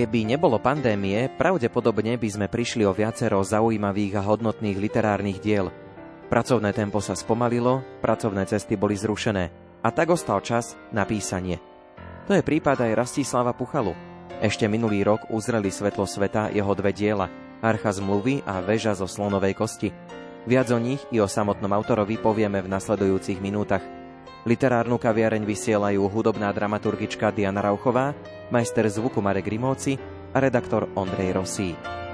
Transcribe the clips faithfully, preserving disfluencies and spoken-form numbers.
Keby nebolo pandémie, pravdepodobne by sme prišli o viacero zaujímavých a hodnotných literárnych diel. Pracovné tempo sa spomalilo, pracovné cesty boli zrušené a tak ostal čas na písanie. To je prípad aj Rastislava Puchalu. Ešte minulý rok uzreli svetlo sveta jeho dve diela, Archa zmluvy a Väža zo slonovej kosti. Viac o nich i o samotnom autorovi povieme v nasledujúcich minútach. Literárnu kaviareň vysielajú hudobná dramaturgička Diana Rauchová, majster zvuku Marek Rimóci a redaktor Ondrej Rosí.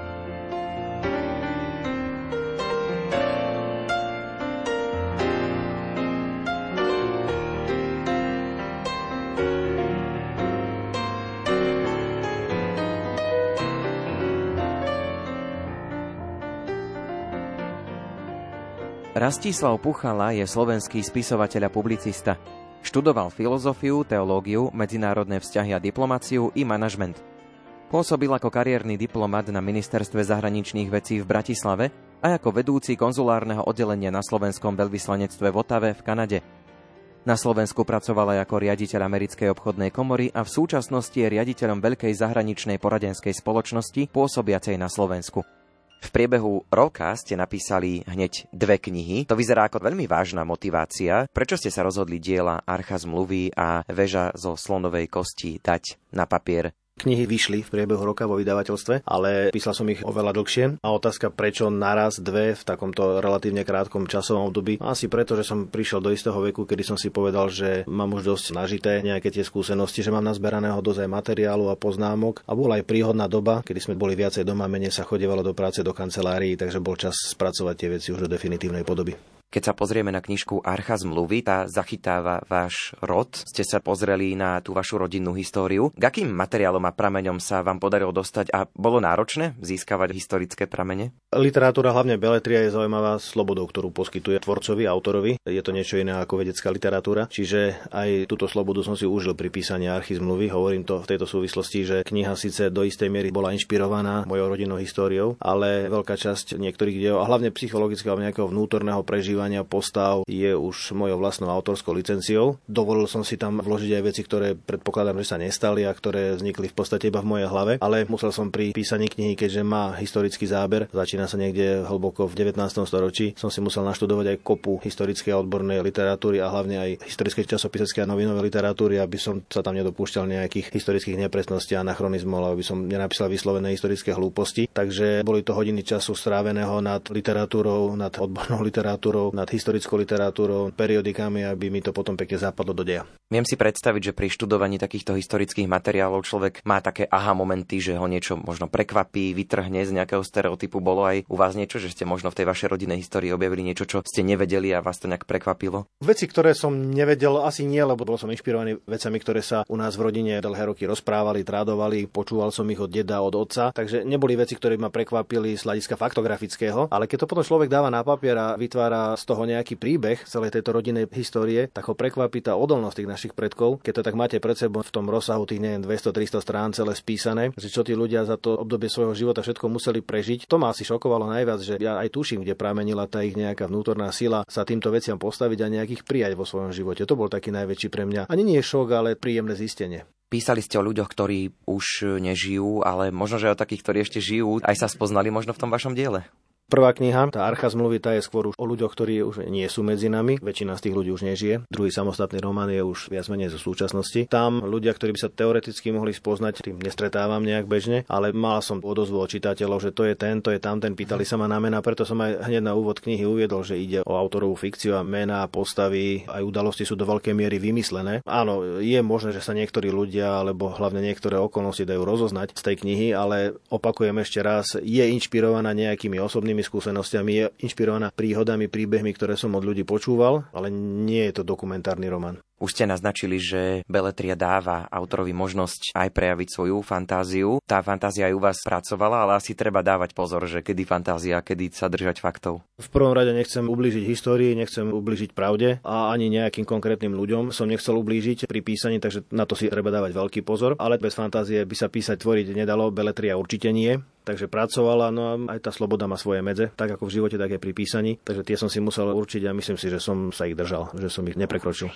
Rastislav Puchala je slovenský spisovateľ a publicista. Študoval filozofiu, teológiu, medzinárodné vzťahy a diplomáciu i manažment. Pôsobil ako kariérny diplomat na Ministerstve zahraničných vecí v Bratislave a ako vedúci konzulárneho oddelenia na slovenskom veľvyslanectve v Ottawe v Kanade. Na Slovensku pracoval aj ako riaditeľ Americkej obchodnej komory a v súčasnosti je riaditeľom veľkej zahraničnej poradenskej spoločnosti pôsobiacej na Slovensku. V priebehu roka ste napísali hneď dve knihy. To vyzerá ako veľmi vážna motivácia. Prečo ste sa rozhodli diela Archa zmluvy a Väža zo slonovej kosti dať na papier? Knihy vyšli v priebehu roka vo vydavateľstve, ale písal som ich oveľa dlhšie. A otázka, prečo naraz dve v takomto relatívne krátkom časovom období? Asi preto, že som prišiel do istého veku, kedy som si povedal, že mám už dosť nažité nejaké tie skúsenosti, že mám nazberaného dosť aj materiálu a poznámok. A bola aj príhodná doba, kedy sme boli viacej doma, menej sa chodievalo do práce do kancelárií, takže bol čas spracovať tie veci už do definitívnej podoby. Keď sa pozrieme na knižku Archa zmluvy, tá zachytáva váš rod. Ste sa pozreli na tú vašu rodinnú históriu. K akým materiálom a prameňom sa vám podarilo dostať a bolo náročné získavať historické pramene? Literatúra, hlavne beletria, je zaujímavá slobodou, ktorú poskytuje tvorcovi, autorovi. Je to niečo iné ako vedecká literatúra, čiže aj túto slobodu som si užil pri písaní Archy zmluvy. Hovorím to v tejto súvislosti, že kniha síce do istej miery bola inšpirovaná mojou rodinnou históriou, ale veľká časť niektorých diel a hlavne psychologického nejakého vnútorného prežívania postav je už mojou vlastnou autorskou licenciou. Dovolil som si tam vložiť aj veci, ktoré predpokladám, že sa nestali a ktoré vznikli v podstate iba v mojej hlave, ale musel som pri písaní knihy, keďže má historický záber, začína sa niekde hlboko v devätnástom storočí, som si musel naštudovať aj kopu historickej a odbornej literatúry a hlavne aj historickej časopiseckej a novinovej literatúry, aby som sa tam nedopúšťal nejakých historických nepresností a anachronizmov, aby som nenapísal vyslovené historické hlúposti. Takže boli to hodiny času stráveného nad literatúrou, nad odbornou literatúrou, nad historickou literatúrou, periodikami, aby mi to potom pekne zapadlo do deja. Viem si predstaviť, že pri študovaní takýchto historických materiálov človek má také aha momenty, že ho niečo možno prekvapí, vytrhne z nejakého stereotypu. Bolo aj u vás niečo, že ste možno v tej vašej rodinnej histórii objavili niečo, čo ste nevedeli a vás to nejak prekvapilo? Veci, ktoré som nevedel, asi nie, lebo bol som inšpirovaný vecami, ktoré sa u nás v rodine dlhé roky rozprávali, trádovali, počúval som ich od deda, od otca, takže neboli veci, ktoré ma prekvapili z hľadiska faktografického, ale keď to potom človek dáva na papier a vytvára z toho nejaký príbeh celej tejto rodinnej histórie, tak ho prekvapí tá odolnosť tých našich predkov. Keď to tak máte pred sebou v tom rozsahu tých neviem dvesto tristo strán celé spísané, že čo tí ľudia za to obdobie svojho života všetko museli prežiť, to ma asi šokovalo najviac, že ja aj tuším, kde pramenila tá ich nejaká vnútorná sila sa týmto veciam postaviť a nejakých prijať vo svojom živote. To bol taký najväčší pre mňa. Ani nie šok, ale príjemné zistenie. Písali ste o ľuďoch, ktorí už nežijú, ale možno, že o takých, ktorí ešte žijú, aj sa spoznali možno v tom vašom diele. Prvá kniha, tá Archa zmluvy, tá je skôr už o ľuďoch, ktorí už nie sú medzi nami. Väčšina z tých ľudí už nežije. Druhý samostatný román je už viac menej zo súčasnosti. Tam ľudia, ktorí by sa teoreticky mohli spoznať, tým nestretávam nejak bežne, ale mal som odozvu od čitateľov, že to je ten, to je tamten, pýtali sa ma na mená, preto som aj hneď na úvod knihy uviedol, že ide o autorovú fikciu a mená, postavy, aj udalosti sú do veľkej miery vymyslené. Áno, je možné, že sa niektorí ľudia alebo hlavne niektoré okolnosti dajú rozoznať z tej knihy, ale opakujem ešte raz, je inšpirovaná nejakými osobnými skúsenostiami, je inšpirovaná príhodami, príbehmi, ktoré som od ľudí počúval, ale nie je to dokumentárny román. Už ste naznačili, že beletria dáva autorovi možnosť aj prejaviť svoju fantáziu. Tá fantázia aj u vás pracovala, ale asi treba dávať pozor, že kedy fantázia, kedy sa držať faktov. V prvom rade nechcem ublížiť histórii, nechcem ublížiť pravde a ani nejakým konkrétnym ľuďom som nechcel ublížiť pri písaní, takže na to si treba dávať veľký pozor. Ale bez fantázie by sa písať, tvoriť nedalo, beletria určite nie. Takže pracovala, no a aj tá sloboda má svoje medze, tak ako v živote, tak aj pri písaní. Takže tie som si musel určiť a myslím si, že som sa ich držal, že som ich neprekročil.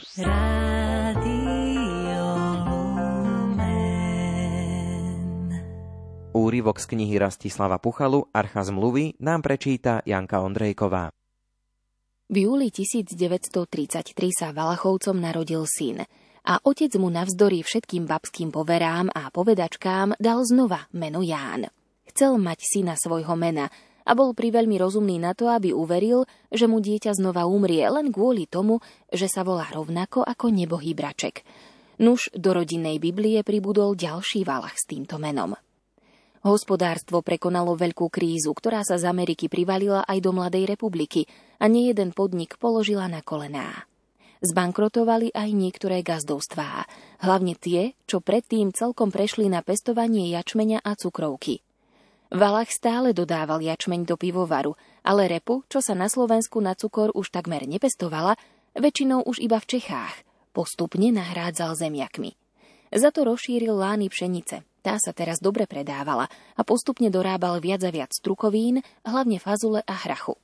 úryvok z knihy Rastislava Puchalu Archa zmluvy nám prečíta Janka Ondrejková. V júli tisícdeväťstotridsaťtri sa Valachovcom narodil syn a otec mu navzdory všetkým babským poverám a povedačkám dal znova meno Ján. Chcel mať syna svojho mena a bol priveľmi rozumný na to, aby uveril, že mu dieťa znova umrie len kvôli tomu, že sa volá rovnako ako nebohý braček. Nuž do rodinnej Biblie pribudol ďalší Valach s týmto menom. Hospodárstvo prekonalo veľkú krízu, ktorá sa z Ameriky privalila aj do Mladej republiky a nejeden podnik položila na kolená. Zbankrotovali aj niektoré gazdovstvá, hlavne tie, čo predtým celkom prešli na pestovanie jačmeňa a cukrovky. Valach stále dodával jačmeň do pivovaru, ale repu, čo sa na Slovensku na cukor už takmer nepestovala, väčšinou už iba v Čechách, postupne nahrádzal zemiakmi. Za to rozšíril lány pšenice. Tá sa teraz dobre predávala a postupne dorábal viac a viac strukovín, hlavne fazule a hrachu.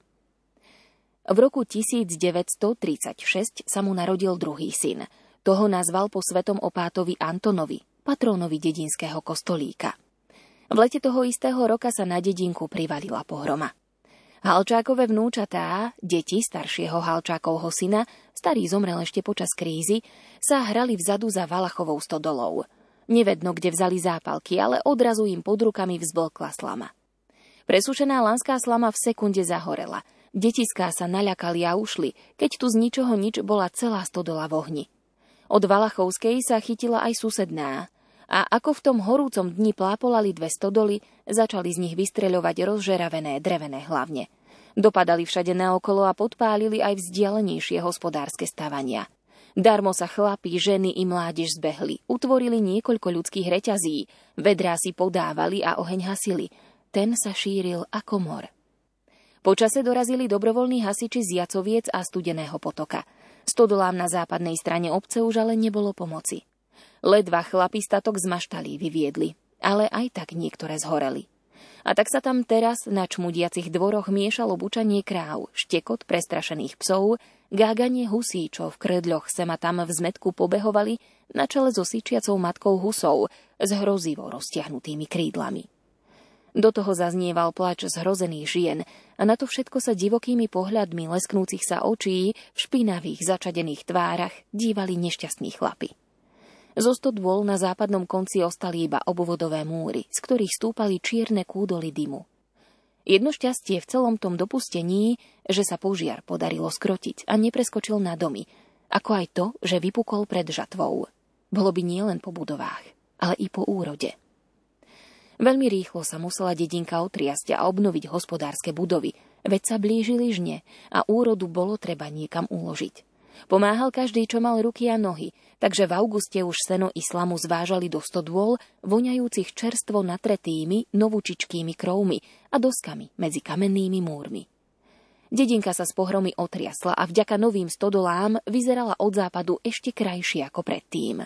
V roku tisícdeväťstotridsaťšesť sa mu narodil druhý syn. Toho nazval po svetom opátovi Antonovi, patrónovi dedinského kostolíka. V lete toho istého roka sa na dedinku privalila pohroma. Halčákové vnúčatá, deti staršieho Halčákovho syna, starý zomrel ešte počas krízy, sa hrali vzadu za Valachovou stodolou. Nevedno, kde vzali zápalky, ale odrazu im pod rukami vzblkla slama. Presúšená lanská slama v sekunde zahorela. Detiská sa naľakali a ušli, keď tu z ničoho nič bola celá stodola v ohni. Od Valachovskej sa chytila aj susedná. A ako v tom horúcom dni plápolali dve stodoly, začali z nich vystreľovať rozžeravené drevené hlavne. Dopadali všade naokolo a podpálili aj vzdialenejšie hospodárske stavania. Darmo sa chlapi, ženy i mládež zbehli, utvorili niekoľko ľudských reťazí, vedrá si podávali a oheň hasili. Ten sa šíril ako mor. Počase dorazili dobrovoľní hasiči z Jacoviec a Studeného potoka. Stodolám na západnej strane obce už ale nebolo pomoci. Ledva chlapi statok z maštalí vyviedli, ale aj tak niektoré zhoreli. A tak sa tam teraz na čmudiacich dvoroch miešalo bučanie kráv, štekot prestrašených psov, gáganie husí, čo v krdľoch sem a tam v zmetku pobehovali na čele so syčiacou matkou husov s hrozivo roztiahnutými krídlami. Do toho zaznieval plač zhrozených žien a na to všetko sa divokými pohľadmi lesknúcich sa očí v špinavých začadených tvárach dívali nešťastní chlapi. Zo stodôl na západnom konci ostali iba obvodové múry, z ktorých stúpali čierne kúdoly dymu. Jedno šťastie v celom tom dopustení, že sa požiar podarilo skrotiť a nepreskočil na domy, ako aj to, že vypukol pred žatvou. Bolo by nielen po budovách, ale i po úrode. Veľmi rýchlo sa musela dedinka otriasť a obnoviť hospodárske budovy, veď sa blížili žne a úrodu bolo treba niekam uložiť. Pomáhal každý, čo mal ruky a nohy, takže v auguste už seno i slamu zvážali do stodôl, voňajúcich čerstvo natretými, novúčičkými krovmi a doskami medzi kamennými múrmi. Dedinka sa z pohromy otriasla a vďaka novým stodolám vyzerala od západu ešte krajšie ako predtým.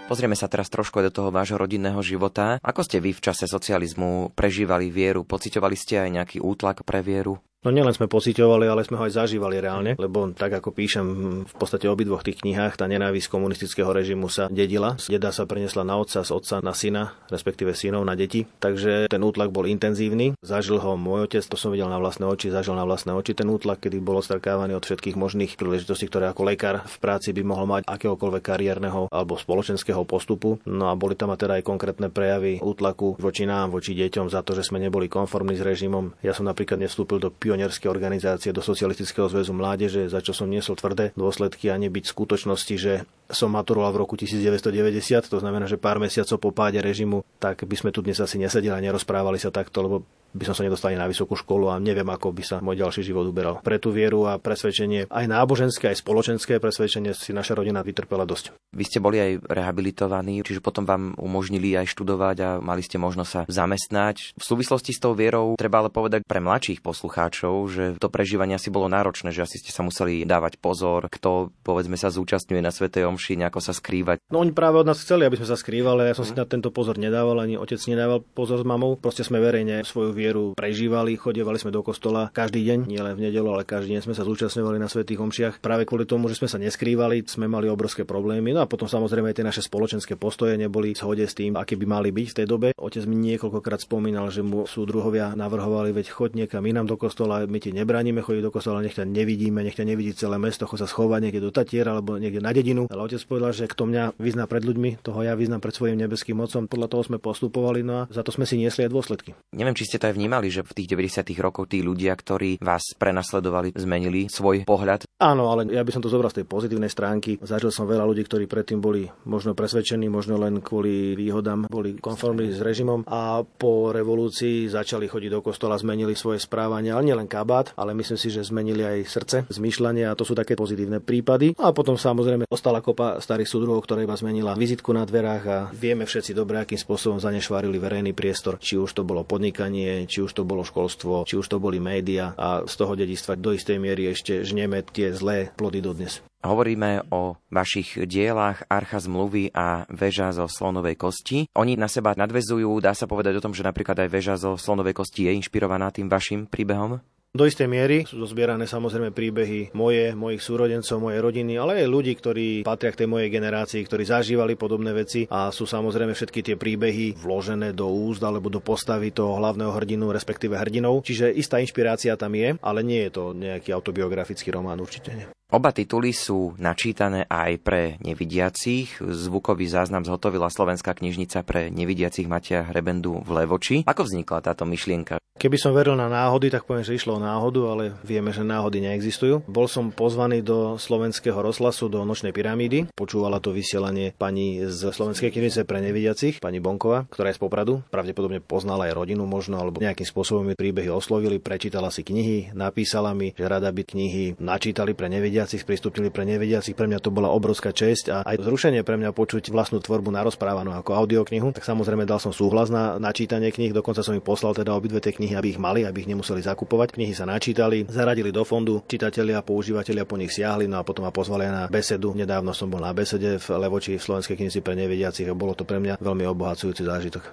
Pozrieme sa teraz trošku do toho vášho rodinného života. Ako ste vy v čase socializmu prežívali vieru? Pociťovali ste aj nejaký útlak pre vieru? No nielen sme pociťovali, ale sme ho aj zažívali reálne, lebo tak ako píšem v podstate v obidvoch tých knihách, tá nenávisť komunistického režimu sa dedila. Deda sa preniesla na otca, z otca na syna, respektíve synov na deti. Takže ten útlak bol intenzívny. Zažil ho môj otec, to som videl na vlastné oči, zažil na vlastné oči ten útlak, kedy bol odstrkávaný od všetkých možných príležitostí, ktoré ako lekár v práci by mohol mať akéhokoľvek kariérneho alebo spoločenského postupu. No a boli tam teda aj konkrétne prejavy útlaku voči nám, voči deťom za to, že sme neboli konformní s režimom. Ja som napríklad nevstúpil do pionierskej organizácie, do Socialistického zväzu mládeže, za čo som niesol tvrdé dôsledky a nebyť v skutočnosti, že som maturoval v roku devätnásťstodeväťdesiat, to znamená, že pár mesiacov po páde režimu, tak by sme tu dnes asi nesedeli a nerozprávali sa takto, lebo by som sa nedostal na vysokú školu a neviem, ako by sa môj ďalší život uberal. Pre tú vieru a presvedčenie, aj náboženské, aj spoločenské presvedčenie si naša rodina vytrpela dosť. Vy ste boli aj rehabilitovaní, čiže potom vám umožnili aj študovať a mali ste možnosť sa zamestnať. V súvislosti s tou vierou treba ale povedať pre mladších poslucháčov, že to prežívanie asi bolo náročné, že asi ste sa museli dávať pozor, kto povedzme sa zúčastňuje na svätej omši, nejako sa skrývať. No oni práve od nás chceli, aby sme sa skrývali, ja som si na tento pozor nedával, ani otec nedával pozor s mamou. Proste sme verejne svoju vieru prežívali, chodievali sme do kostola každý deň, nielen v nedeľu, ale každý deň sme sa zúčastňovali na svätých omšiach. Práve kvôli tomu, že sme sa neskrývali, sme mali obrovské problémy. No a potom samozrejme aj tie naše spoločenské postoje neboli v zhode s tým, aké by mali byť v tej dobe. Otec mi niekoľkokrát spomínal, že mu súdruhovia navrhovali, veď choď niekam inám do kostola, my ti nebránime chodiť do kostola, nech ťa nevidíme, nech ťa nevidí celé mesto, choď sa schovať niekde do Tatier alebo niekde na dedinu. Ale otec povedal, že kto mňa vyzná pred ľuďmi, toho ja vyznám pred svojím nebeským mocom. Podľa toho sme postupovali, no a za to sme si niesli aj dôsledky. Neviem, či ste to aj vnímali, že v tých deväťdesiatych rokoch tí ľudia, ktorí vás prenasledovali, zmenili svoj pohľad. Áno, ale ja by som to zobral z tej pozitívnej stránky. Zažil som veľa ľudí, ktorí predtým boli možno presvedčení, možno len kvôli výhodám, boli konformní s režimom a po revolúcii začali chodiť do kostola, zmenili svoje správanie, ale nielen kabát, ale myslím si, že zmenili aj srdce, zmýšľanie a to sú také pozitívne prípady. A potom samozrejme ostala kopa starých súdruhov, ktorá iba zmenila vizitku na dverách a vieme všetci dobre, akým spôsobom zanešvárili verejný priestor, či už to bolo podnikanie, či už to bolo školstvo, či už to boli média a z toho dedičstva do istej miery ešte žneme tie zlé plody dodnes. Hovoríme o vašich dielách Archa zmluvy a Väža zo slonovej kosti. Oni na seba nadväzujú, dá sa povedať o tom, že napríklad aj Väža zo slonovej kosti je inšpirovaná tým vašim príbehom? Do istej miery sú zozbierané samozrejme príbehy moje, mojich súrodencov, mojej rodiny, ale aj ľudí, ktorí patria k tej mojej generácii, ktorí zažívali podobné veci a sú samozrejme všetky tie príbehy vložené do úst alebo do postavy toho hlavného hrdinu, respektíve hrdinov. Čiže istá inšpirácia tam je, ale nie je to nejaký autobiografický román, určite nie. Oba tituly sú načítané aj pre nevidiacich. Zvukový záznam zhotovila Slovenská knižnica pre nevidiacich Mateja Hrebendu v Levoči. Ako vznikla táto myšlienka? Keby som veril na náhody, tak poviem, že išlo o náhodu, ale vieme, že náhody neexistujú. Bol som pozvaný do Slovenského rozhlasu, do Nočnej pyramídy. Počúvala to vysielanie pani z Slovenskej knižnice pre nevidiacich, pani Bonková, ktorá je z Popradu. Pravdepodobne poznala aj rodinu možno, alebo nejakým spôsobom mi príbehy oslovili, prečítala si knihy, napísala mi, že rada by knihy načítali pre nevidiacich, sprístupnili pre nevidiacich. Pre mňa to bola obrovská česť a aj zrušenie pre mňa počuť vlastnú tvorbu narozprávanú ako audioknihu. Tak samozrejme dal som súhlas na načítanie kníh, dokonca som im poslal teda obidve tie knihy, aby ich mali, aby ich nemuseli zakupovať. Knihy sa načítali, zaradili do fondu, čitatelia, používatelia po nich siahli, no a potom ma pozvali na besedu. Nedávno som bol na besede v Levoči v Slovenskej knižnici pre nevidiacich a bolo to pre mňa veľmi obohacujúci zážitok.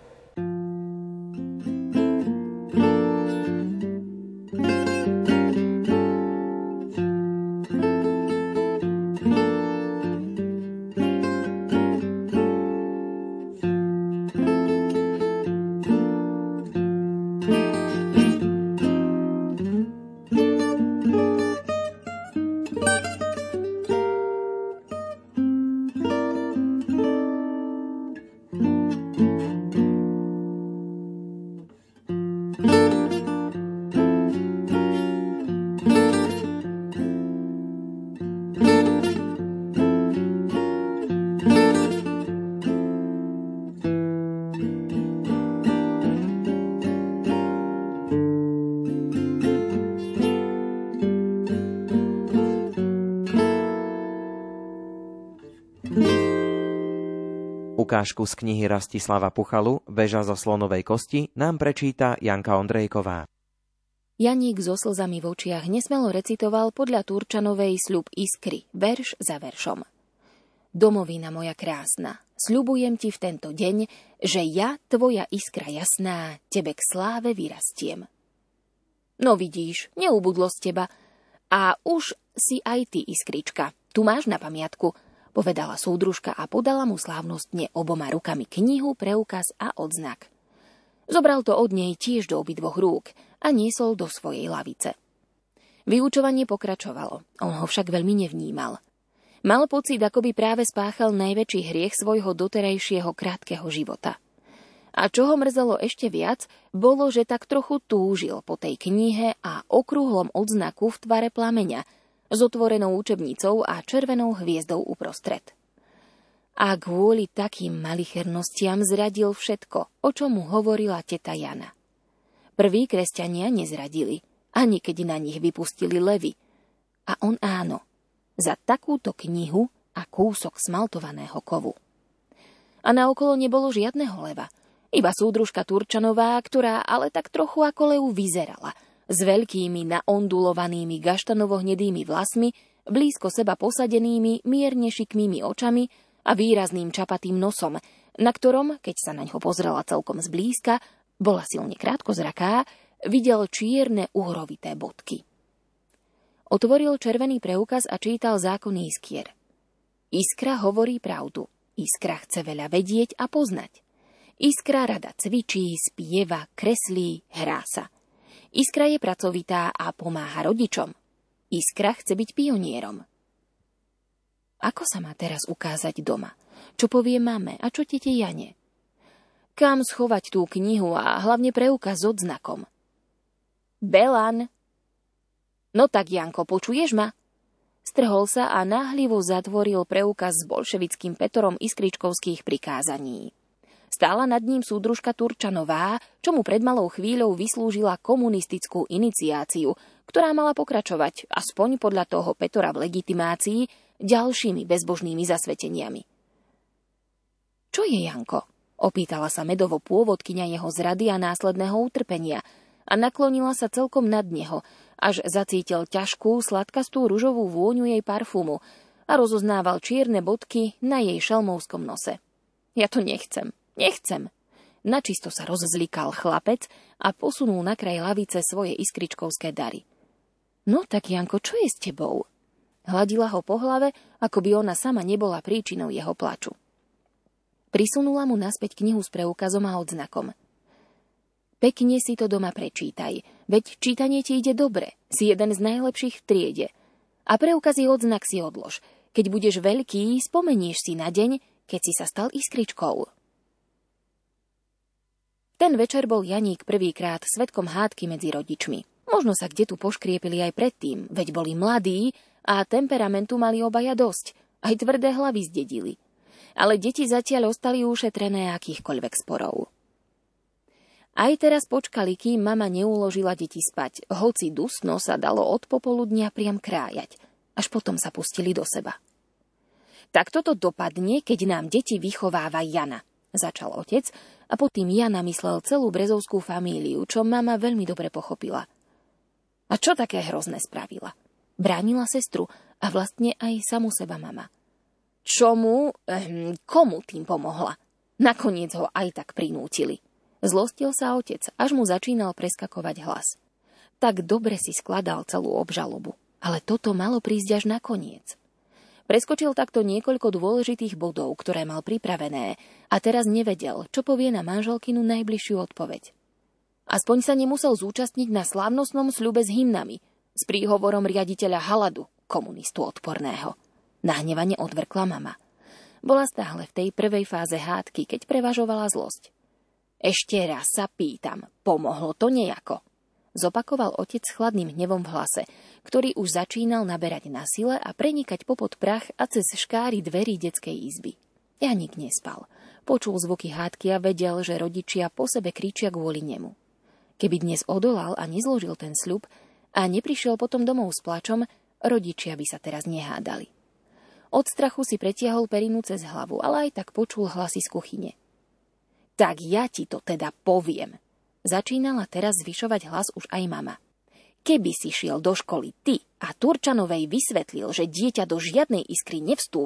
Ukážku z knihy Rastislava Puchalu Väža zo slonovej kosti nám prečíta Janka Ondrejková. Janík so slzami v očiach nesmelo recitoval podľa Turčanovej Sľub Iskry, verš za veršom. Domovina moja krásna, Sľubujem ti v tento deň, že ja, tvoja iskra jasná, tebe k sláve vyrastiem. No vidíš, neubudlo z teba. A už si aj ty, iskrička. Tu máš na pamiatku, povedala súdružka a podala mu slávnostne oboma rukami knihu, preukaz a odznak. Zobral to od nej tiež do obidvoch rúk a niesol do svojej lavice. Vyučovanie pokračovalo, on ho však veľmi nevnímal. Mal pocit, ako by práve spáchal najväčší hriech svojho doterajšieho krátkeho života. A čo ho mrzelo ešte viac, bolo, že tak trochu túžil po tej knihe a okrúhlom odznaku v tvare plameňa s otvorenou učebnicou a červenou hviezdou uprostred. A kvôli takým malichernostiam zradil všetko, o čom mu hovorila teta Jana. Prví kresťania nezradili, ani keď na nich vypustili levy. A on áno. Za takúto knihu a kúsok smaltovaného kovu. A naokolo nebolo žiadneho leva, iba súdružka Turčanová, ktorá ale tak trochu ako lev vyzerala, s veľkými naondulovanými gaštanovo-hnedými vlasmi, blízko seba posadenými, mierne šikmými očami a výrazným čapatým nosom, na ktorom, keď sa naňho pozrela celkom zblízka, bola silne krátkozraká, videl čierne uhrovité bodky. Otvoril červený preukaz a čítal zákony iskier. Iskra hovorí pravdu. Iskra chce veľa vedieť a poznať. Iskra rada cvičí, spieva, kreslí, hrá sa. Iskra je pracovitá a pomáha rodičom. Iskra chce byť pionierom. Ako sa má teraz ukázať doma? Čo povie mame a čo tete Jane? Kam schovať tú knihu a hlavne preukaz s odznakom? Belan! No tak, Janko, počuješ ma? Strhol sa a náhlivo zatvoril preukaz s bolševickým Petorom iskričkovských prikázaní. Stála nad ním súdružka Turčanová, čo mu pred malou chvíľou vyslúžila komunistickú iniciáciu, ktorá mala pokračovať, aspoň podľa toho Petora v legitimácii, ďalšími bezbožnými zasveteniami. Čo je, Janko? Opýtala sa medovo pôvodkyňa jeho zrady a následného utrpenia a naklonila sa celkom nad neho, až zacítil ťažkú, sladkastú ružovú vôňu jej parfúmu a rozoznával čierne bodky na jej šelmovskom nose. Ja to nechcem, nechcem. Načisto sa rozzlikal chlapec a posunul na kraj lavice svoje iskričkovské dary. No tak, Janko, čo je s tebou? Hladila ho po hlave, ako by ona sama nebola príčinou jeho plaču. Prisunula mu naspäť knihu s preukazom a odznakom. Pekne si to doma prečítaj, veď čítanie ti ide dobre, si jeden z najlepších v triede. A preukazy odznak si odlož. Keď budeš veľký, spomenieš si na deň, keď si sa stal iskričkou. Ten večer bol Janík prvýkrát svedkom hádky medzi rodičmi. Možno sa kde tu poškriepili aj predtým, veď boli mladí a temperamentu mali obaja dosť, aj tvrdé hlavy zdedili. Ale deti zatiaľ ostali ušetrené akýchkoľvek sporov. Aj teraz počkali, kým mama neuložila deti spať, hoci dusno sa dalo od popoludnia priam krájať. Až potom sa pustili do seba. Tak toto dopadne, keď nám deti vychováva Jana, začal otec a pod tým Jana myslel celú brezovskú famíliu, čo mama veľmi dobre pochopila. A čo také hrozné spravila? Bránila sestru a vlastne aj samu seba mama. Čomu, ehm, komu tým pomohla? Nakoniec ho aj tak prinútili. Zlostil sa otec, až mu začínal preskakovať hlas. Tak dobre si skladal celú obžalobu, ale toto malo prísť až nakoniec. Preskočil takto niekoľko dôležitých bodov, ktoré mal pripravené a teraz nevedel, čo povie na manželkinu najbližšiu odpoveď. Aspoň sa nemusel zúčastniť na slávnostnom sľube s hymnami, s príhovorom riaditeľa Haladu, komunistu odporného. Nahnevane odvrkla mama. Bola stále v tej prvej fáze hádky, keď prevažovala zlosť. Ešte raz sa pýtam, pomohlo to nejako? Zopakoval otec s chladným hnevom v hlase, ktorý už začínal naberať na sile a prenikať popod prach a cez škáry dverí detskej izby. Janík nespal. Počul zvuky hádky a vedel, že rodičia po sebe kričia kvôli nemu. Keby dnes odolal a nezložil ten sľub a neprišiel potom domov s plačom, rodičia by sa teraz nehádali. Od strachu si pretiahol perinu cez hlavu, ale aj tak počul hlasy z kuchyne. Tak ja ti to teda poviem. Začínala teraz zvyšovať hlas už aj mama. Keby si šiel do školy ty a Turčanovej vysvetlil, že dieťa do žiadnej iskry nevstúpi,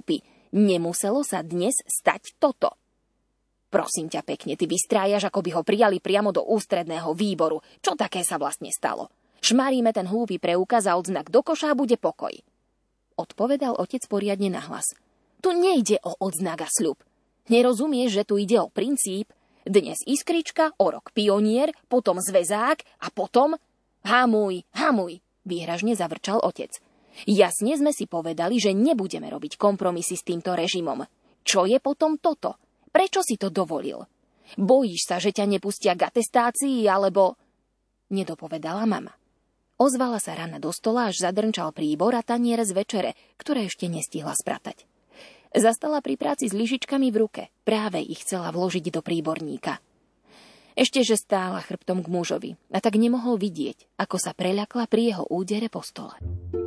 Nemuselo sa dnes stať toto. Prosím ťa pekne, ty vystrájaš, ako by ho prijali priamo do ústredného výboru. Čo také sa vlastne stalo? Šmaríme ten hlúpy preukaz a odznak do koša a bude pokoj. Odpovedal otec poriadne nahlas. Tu nejde o odznak a sľub. Nerozumieš, že tu ide o princíp? Dnes iskrička, o rok pionier, potom zväzák a potom... Hamuj, hamuj, výhražne zavrčal otec. Jasne sme si povedali, že nebudeme robiť kompromisy s týmto režimom. Čo je potom toto? Prečo si to dovolil? Bojíš sa, že ťa nepustia k atestácii, alebo... Nedopovedala mama. Ozvala sa rana do stola, až zadrnčal príbor a tanier z večere, ktoré ešte nestihla spratať. Zastala pri práci s lyžičkami v ruke. Práve ich chcela vložiť do príborníka. Ešte, že stála chrbtom k mužovi a tak nemohol vidieť, ako sa preľakla pri jeho údere po stole.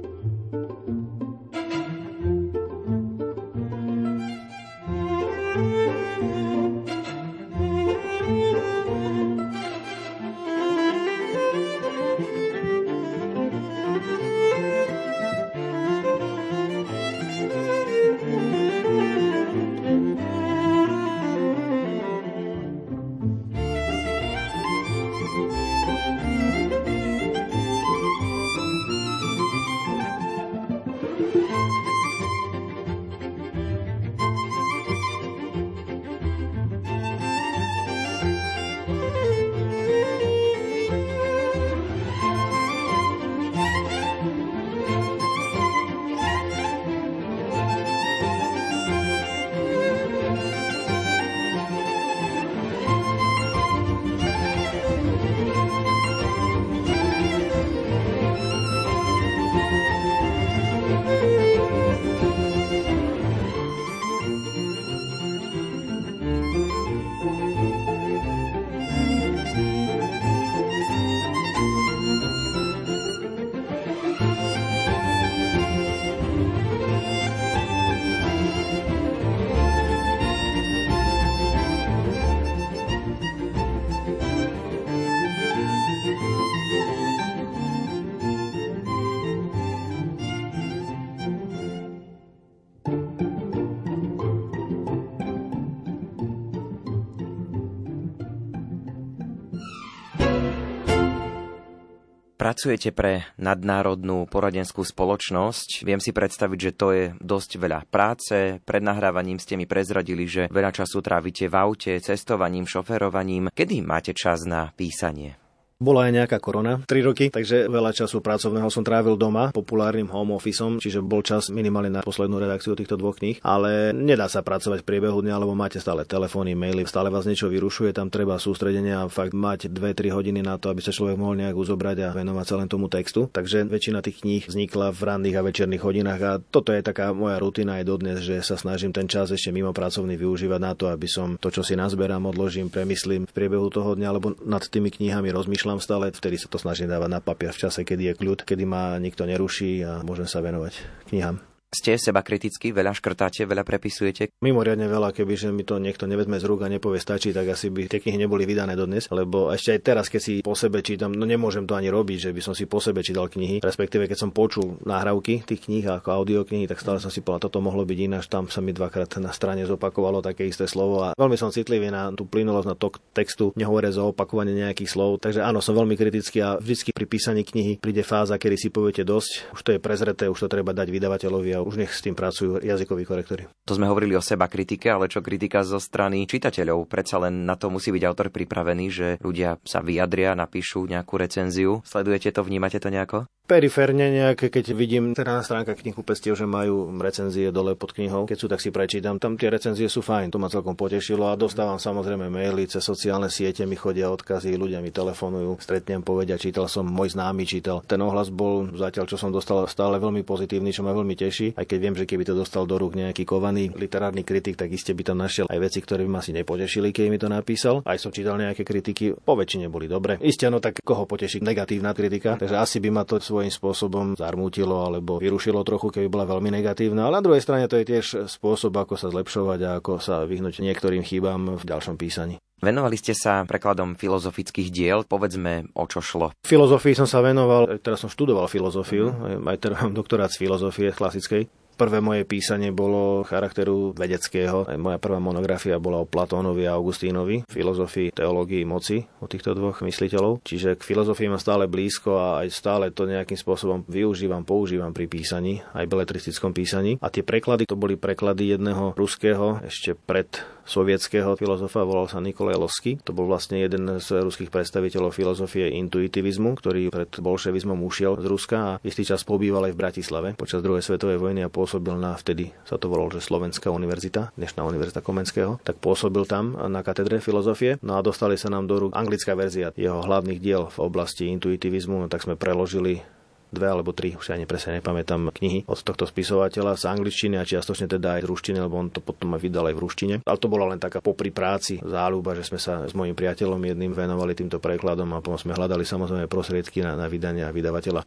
Pracujete pre nadnárodnú poradenskú spoločnosť. Viem si predstaviť, že to je dosť veľa práce. Pred nahrávaním ste mi prezradili, že veľa času trávite v aute, cestovaním, šoferovaním. Kedy máte čas na písanie? Bola aj nejaká korona, tri roky, takže veľa času pracovného som trávil doma, populárnym home officeom, čiže bol čas minimálne na poslednú redakciu týchto dvoch kníh, ale nedá sa pracovať v priebehu dňa, lebo máte stále telefóny, maily, stále vás niečo vyrušuje, tam treba sústredenia a fakt mať dve tri hodiny na to, aby sa človek mohol nejak uzobrať a venovať sa len tomu textu. Takže väčšina tých kníh vznikla v ranných a večerných hodinách a toto je taká moja rutina aj dodnes, že sa snažím ten čas ešte mimo pracovný využívať na to, aby som to, čo si nazberám, odložím, premyslím v priebehu toho dňa, lebo nad tými knihami rozmýšľam stále, vtedy sa to snažím dávať na papier v čase, kedy je kľud, kedy ma nikto neruší a môžem sa venovať knihám. Ste seba kriticky, veľa škrtáte, veľa prepisujete? Mimoriadne veľa, kebyže mi to niekto nevezme z rúk a nepovie stačí, tak asi by tie knihy neboli vydané dodnes, lebo ešte aj teraz, keď si po sebe čítam, no nemôžem to ani robiť, že by som si po sebe čítal knihy, respektíve keď som počul nahrávky tých kníh ako audioknihy, tak stále som si povedal, toto mohlo byť ináč, tam sa mi dvakrát na strane zopakovalo také isté slovo a veľmi som citlivý na tú plynulosť, na tok textu, nehovoria za opakovanie nejakých slov, takže áno, som veľmi kritický a vždycky pri písaní knihy príde fáza, kedy si poviete dosť, už to je prezreté, už to treba dať vydavateľovi. Už nech s tým pracujú jazykoví korektori. To sme hovorili o seba kritike, ale čo kritika zo strany čitateľov? Predsa len na to musí byť autor pripravený, že ľudia sa vyjadria, napíšu nejakú recenziu. Sledujete to, vnímate to nejako? Periférne nejaké, keď vidím teda na stránkach knihkupectiev, že majú recenzie dole pod knihou, keď sú, tak si prečítam. Tam tie recenzie sú fajn, to ma celkom potešilo a dostávam samozrejme maily, cez sociálne siete mi chodia odkazy, ľudia mi telefonujú, stretnem, povedia, čítal som, môj známy čítal. Ten ohlas bol zatiaľ, čo som dostal, stále veľmi pozitívny, čo ma veľmi teší, aj keď viem, že keby to dostal do rúk nejaký kovaný literárny kritik, tak iste by tam našiel aj veci, ktoré by ma asi nepotešili, keď mi to napísal. Aj som čítal nejaké kritiky, po väčšine boli dobre. Isté, no tak koho poteší negatívna kritika, takže asi by ma to svojím spôsobom zarmútilo alebo vyrušilo trochu, keby bola veľmi negatívna. Ale na druhej strane to je tiež spôsob, ako sa zlepšovať a ako sa vyhnúť niektorým chybám v ďalšom písaní. Venovali ste sa prekladom filozofických diel, povedzme, o čo šlo. Filozofii som sa venoval, teraz som študoval filozofiu, aj teda mám doktorát z filozofie klasickej. Prvé moje písanie bolo charakteru vedeckého. Aj moja prvá monografia bola o Platónovi a Augustínovi, filozofii, teológii moci, o týchto dvoch mysliteľov. Čiže k filozofii mám stále blízko a aj stále to nejakým spôsobom využívam, používam pri písaní, aj beletristickom písaní. A tie preklady, to boli preklady jedného ruského, ešte pred sovietského filozofa, volal sa Nikolaj Losky. To bol vlastne jeden z ruských predstaviteľov filozofie intuitivizmu, ktorý pred bolševizmom ušiel z Ruska a istý čas pobýval aj v Bratislave počas druhej svetovej vojny a pôsobil na, vtedy sa to volalo, že Slovenská univerzita, dnešná univerzita Komenského, tak pôsobil tam na katedre filozofie. No a dostali sa nám do rúk anglická verzia jeho hlavných diel v oblasti intuitivizmu, no tak sme preložili dve alebo tri, už aj presne nepamätám, knihy od tohto spisovateľa z angličtiny a čiastočne teda aj z ruštiny, lebo on to potom aj vydal aj v ruštine. Ale to bola len taká popri práci záľuba, že sme sa s mojím priateľom jedným venovali týmto prekladom a potom sme hľadali samozrejme prostriedky na, na vydanie a vydavateľa.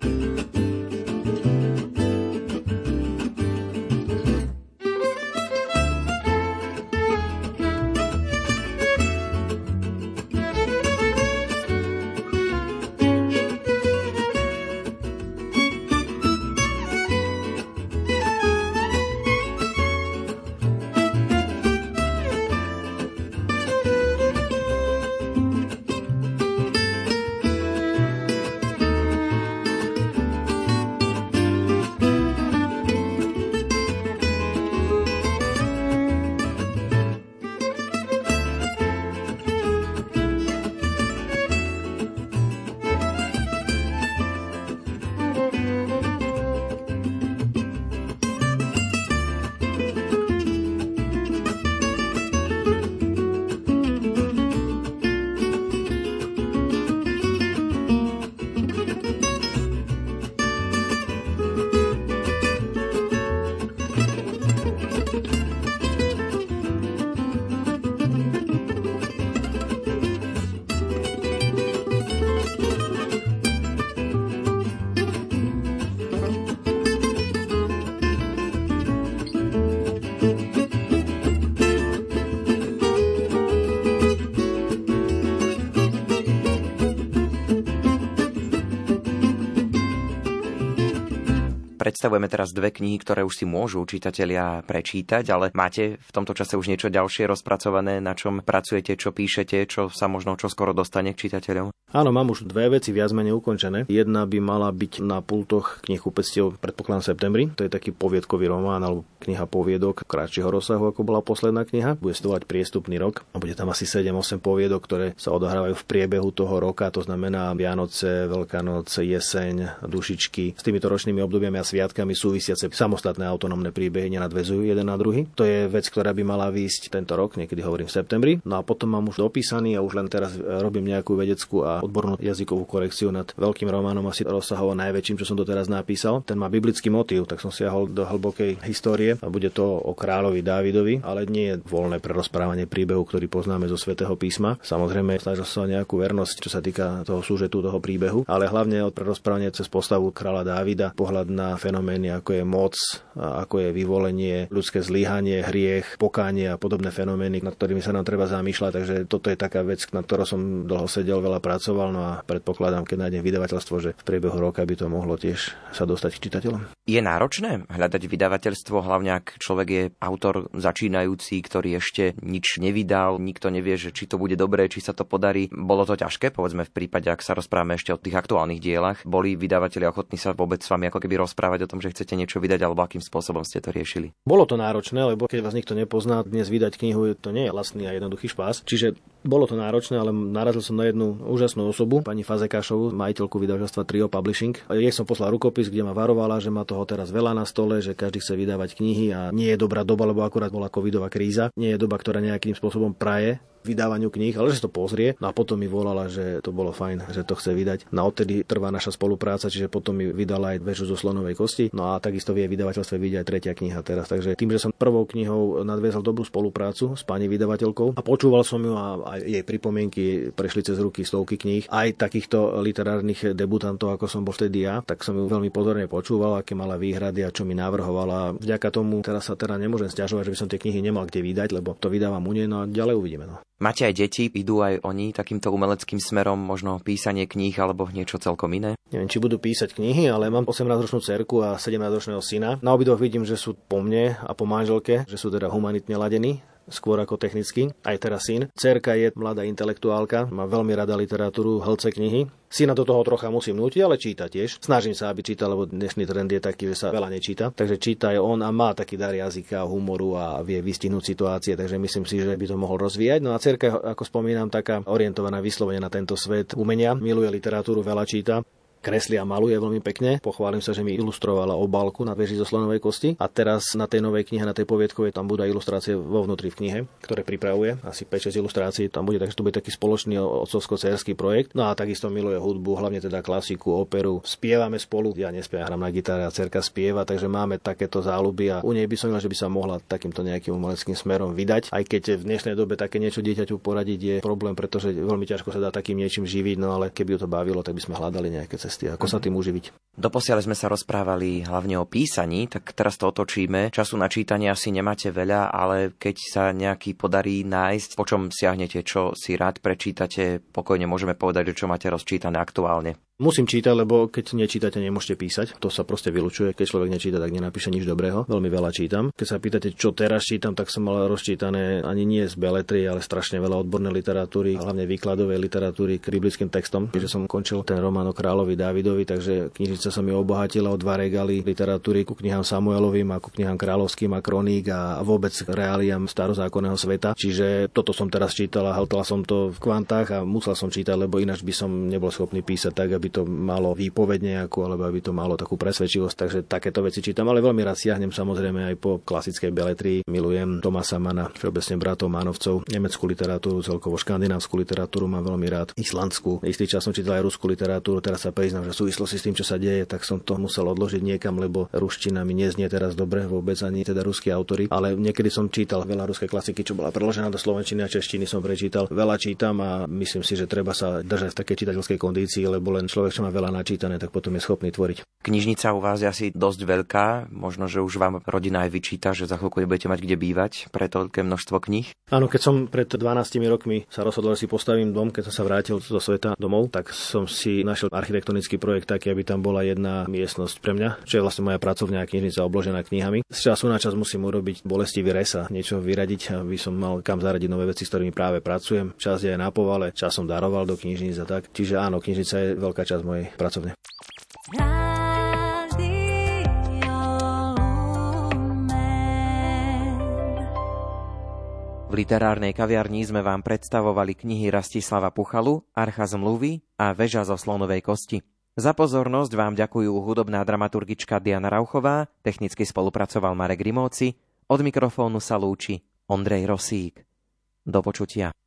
Predstavujeme teraz dve knihy, ktoré už si môžu čitatelia prečítať, ale máte v tomto čase už niečo ďalšie rozpracované, na čom pracujete, čo píšete, čo sa možno čoskoro dostane k čitateľom? Áno, mám už dve veci viac menej ukončené. Jedna by mala byť na pultoch knihkupectiev, predpokladám v septembri. To je taký poviedkový román alebo kniha poviedok kratšieho rozsahu, ako bola posledná kniha. Bude sa to volať Priestupný rok a bude tam asi sedem osem poviedok, ktoré sa odohrávajú v priebehu toho roka, to znamená Vianoce, Veľká noc, jeseň, dušičky. S týmito ročnými obdobiami a sviatkami súvisiace samostatné autonómne príbehy nenadväzujú jeden na druhý. To je vec, ktorá by mala výjsť tento rok, niekedy hovorím v septembri. No a potom mám už dopísaný a už len teraz robím nejakú vedeckú a odbornú jazykovú korekciu nad veľkým románom, asi rozsahovo najväčším, čo som doteraz napísal. Ten má biblický motív, tak som siahol do hlbokej histórie a bude to o kráľovi Dávidovi, ale nie je voľné pre rozprávanie príbehu, ktorý poznáme zo Svätého písma. Samozrejme, snažil sa o nejakú vernosť, čo sa týka toho súžetu toho príbehu, ale hlavne pre rozprávanie cez postavu kráľa Dávida, pohľad na fenomény, ako je moc, ako je vyvolenie, ľudské zlyhanie, hriech, pokánie a podobné fenomény, nad ktorými sa nám treba zamýšľať. Takže toto je taká vec, na ktorou som dlho sedel, veľa pracoval, no a predpokladám, keď nájdem vydavateľstvo, že v priebehu roka by to mohlo tiež sa dostať k čitateľom. Je náročné hľadať vydavateľstvo, hlavne ak človek je autor začínajúci, ktorý ešte nič nevydal, nikto nevie, že či to bude dobré, či sa to podarí. Bolo to ťažké, povedzme v prípade, ak sa rozprávame ešte o tých aktuálnych dielach. Boli vydavatelia ochotní sa vôbec s vami ako keby rozprávať o tom, že chcete niečo vydať, alebo akým spôsobom ste to riešili? Bolo to náročné, lebo keď vás nikto nepozná, dnes vydať knihu, to nie je lacný a jednoduchý špás. Čiže bolo to náročné, ale narazil som na jednu úžasnú osobu, pani Fazekášovú, majiteľku vydavateľstva Trio Publishing. Jej som poslal rukopis, kde ma varovala, že má toho teraz veľa na stole, že každý chce vydávať knihy a nie je dobrá doba, lebo akurát bola covidová kríza. Nie je doba, ktorá nejakým spôsobom praje vydávaniu kníh, ale že sa to pozrie. No a potom mi volala, že to bolo fajn, že to chce vydať. Na odtedy trvá naša spolupráca, čiže potom mi vydala aj Väžu zo slonovej kosti. No a takisto vie vydavateľstve vidieť aj tretia kniha teraz. Takže tým, že som prvou knihou nadviazal dobrú spoluprácu s pani vydavateľkou a počúval som ju a aj jej pripomienky prešli cez ruky stovky kníh, aj takýchto literárnych debutantov, ako som bol vtedy ja, tak som ju veľmi pozorne počúval, aké mala výhrady a čo mi navrhovala. Vďaka tomu teraz sa teda nemôžem sťažovať, že by som tie knihy nemal kde vydať, lebo to vydávam u nej, no a ďalej uvidíme. No. Máte aj deti, idú aj oni takýmto umeleckým smerom, možno písanie kníh alebo niečo celkom iné? Neviem, či budú písať knihy, ale mám osemnásťročnú dcerku a sedemnásťročného syna. Na obidvoch vidím, že sú po mne a po manželke, že sú teda humanitne ladení, skôr ako technicky. Aj teraz syn. Dcerka je mladá intelektuálka, má veľmi rada literatúru, hlce knihy. Syna do toho trocha musím nútiť, ale číta tiež. Snažím sa, aby čítal, lebo dnešný trend je taký, že sa veľa nečíta. Takže číta aj on a má taký dar jazyka, humoru a vie vystihnúť situácie, takže myslím si, že by to mohol rozvíjať. No a dcerka, ako spomínam, taká orientovaná vyslovene na tento svet umenia, miluje literatúru, veľa číta. Kreslí a maluje veľmi pekne. Pochválim sa, že mi ilustrovala obálku na veži zo slonovej kosti. A teraz na tej novej knihe, na tej poviedkovej, tam budú ilustrácie vo vnútri v knihe, ktoré pripravuje. Asi päť šesť ilustrácií tam bude, takže to bude taký spoločný otcovsko-dcerský projekt. No a takisto miluje hudbu, hlavne teda klasiku, operu. Spievame spolu. Ja nespievam, hram na gitare a dcerka spieva, takže máme takéto záľuby a u nej by som videl, že by sa mohla takýmto nejakým umeleckým smerom vydať. Aj keď v dnešnej dobe také niečo dieťaťu poradiť je problém, pretože veľmi ťažko sa dá takým niečím živiť, no ale keby ju to bavilo, tak by sme hľadali nejaké cesty, ako sa tým uživiť. Doposiaľ sme sa rozprávali hlavne o písaní, tak teraz to otočíme. Času na čítanie asi nemáte veľa, ale keď sa nejaký podarí nájsť, po čom siahnete, čo si rád prečítate, pokojne môžeme povedať, čo máte rozčítané aktuálne. Musím čítať, lebo keď nečítate, nemôžete písať. To sa proste vylučuje. Keď človek nečíta, tak nenapíše nič dobrého. Veľmi veľa čítam. Keď sa pýtate, čo teraz čítam, tak som mal rozčítané ani nie z beletrie, ale strašne veľa odbornej literatúry, hlavne výkladovej literatúry k biblickým textom. Keďže som končil ten román o kráľovi Dávidovi, takže knižnica sa mi obohatila o dva regály literatúry ku knihám Samuelovým a ku knihám kráľovským a kroník a vôbec reáliám starozákonného sveta. Čiže toto som teraz čítal a hltal som to v kvantách a musel som čítať, lebo ináč by som nebol schopný písať tak, aby to malo výpoveď nejakú, alebo aby to malo takú presvedčivosť, takže takéto veci čítam, ale veľmi rád siahnem samozrejme aj po klasickej beletrii. Milujem Thomasa Manna, všeobecne bratov Mannovcov, nemeckú literatúru, celkovo škandinávsku literatúru mám veľmi rád, islandskú. Istý čas som čítal aj ruskú literatúru, teraz sa priznám, že v súvislosti s tým, čo sa deje, tak som to musel odložiť niekam, lebo ruština mi neznie teraz dobre vôbec, ani teda ruskí autori, ale niekedy som čítal veľa ruskej klasiky, čo bola preložená do slovenčiny a češtiny som prečítal. Veľa čítam a myslím si, že treba sa držať v takej čitateľskej kondícii, lebo len človek, čo má veľa načítané, tak potom je schopný tvoriť. Knižnica u vás je asi dosť veľká, možno, že už vám rodina aj vyčíta, že za chvíľku nebudete mať kde bývať pre toľké množstvo kníh. Áno, keď som pred dvanástimi rokmi sa rozhodol, že si postavím dom, keď som sa vrátil zo sveta domov, tak som si našiel architektonický projekt taký, aby tam bola jedna miestnosť pre mňa, čo je vlastne moja pracovňa a knižnica obložená knihami. Z času na čas musím urobiť bolestivý rez a niečo vyradiť, aby som mal kam zaradiť nové veci, s ktorými práve pracujem. Čas je aj na povale, časom daroval do knižnic a tak. Čiže áno, knižnica je veľká časť mojej pracovne. V literárnej kaviarni sme vám predstavovali knihy Rastislava Puchalu, Archa zmluvy a Veža zo slonovej kosti. Za pozornosť vám ďakujú hudobná dramaturgička Diana Rauchová, technicky spolupracoval Marek Rimóci, od mikrofónu sa lúči Ondrej Rosík. Do počutia.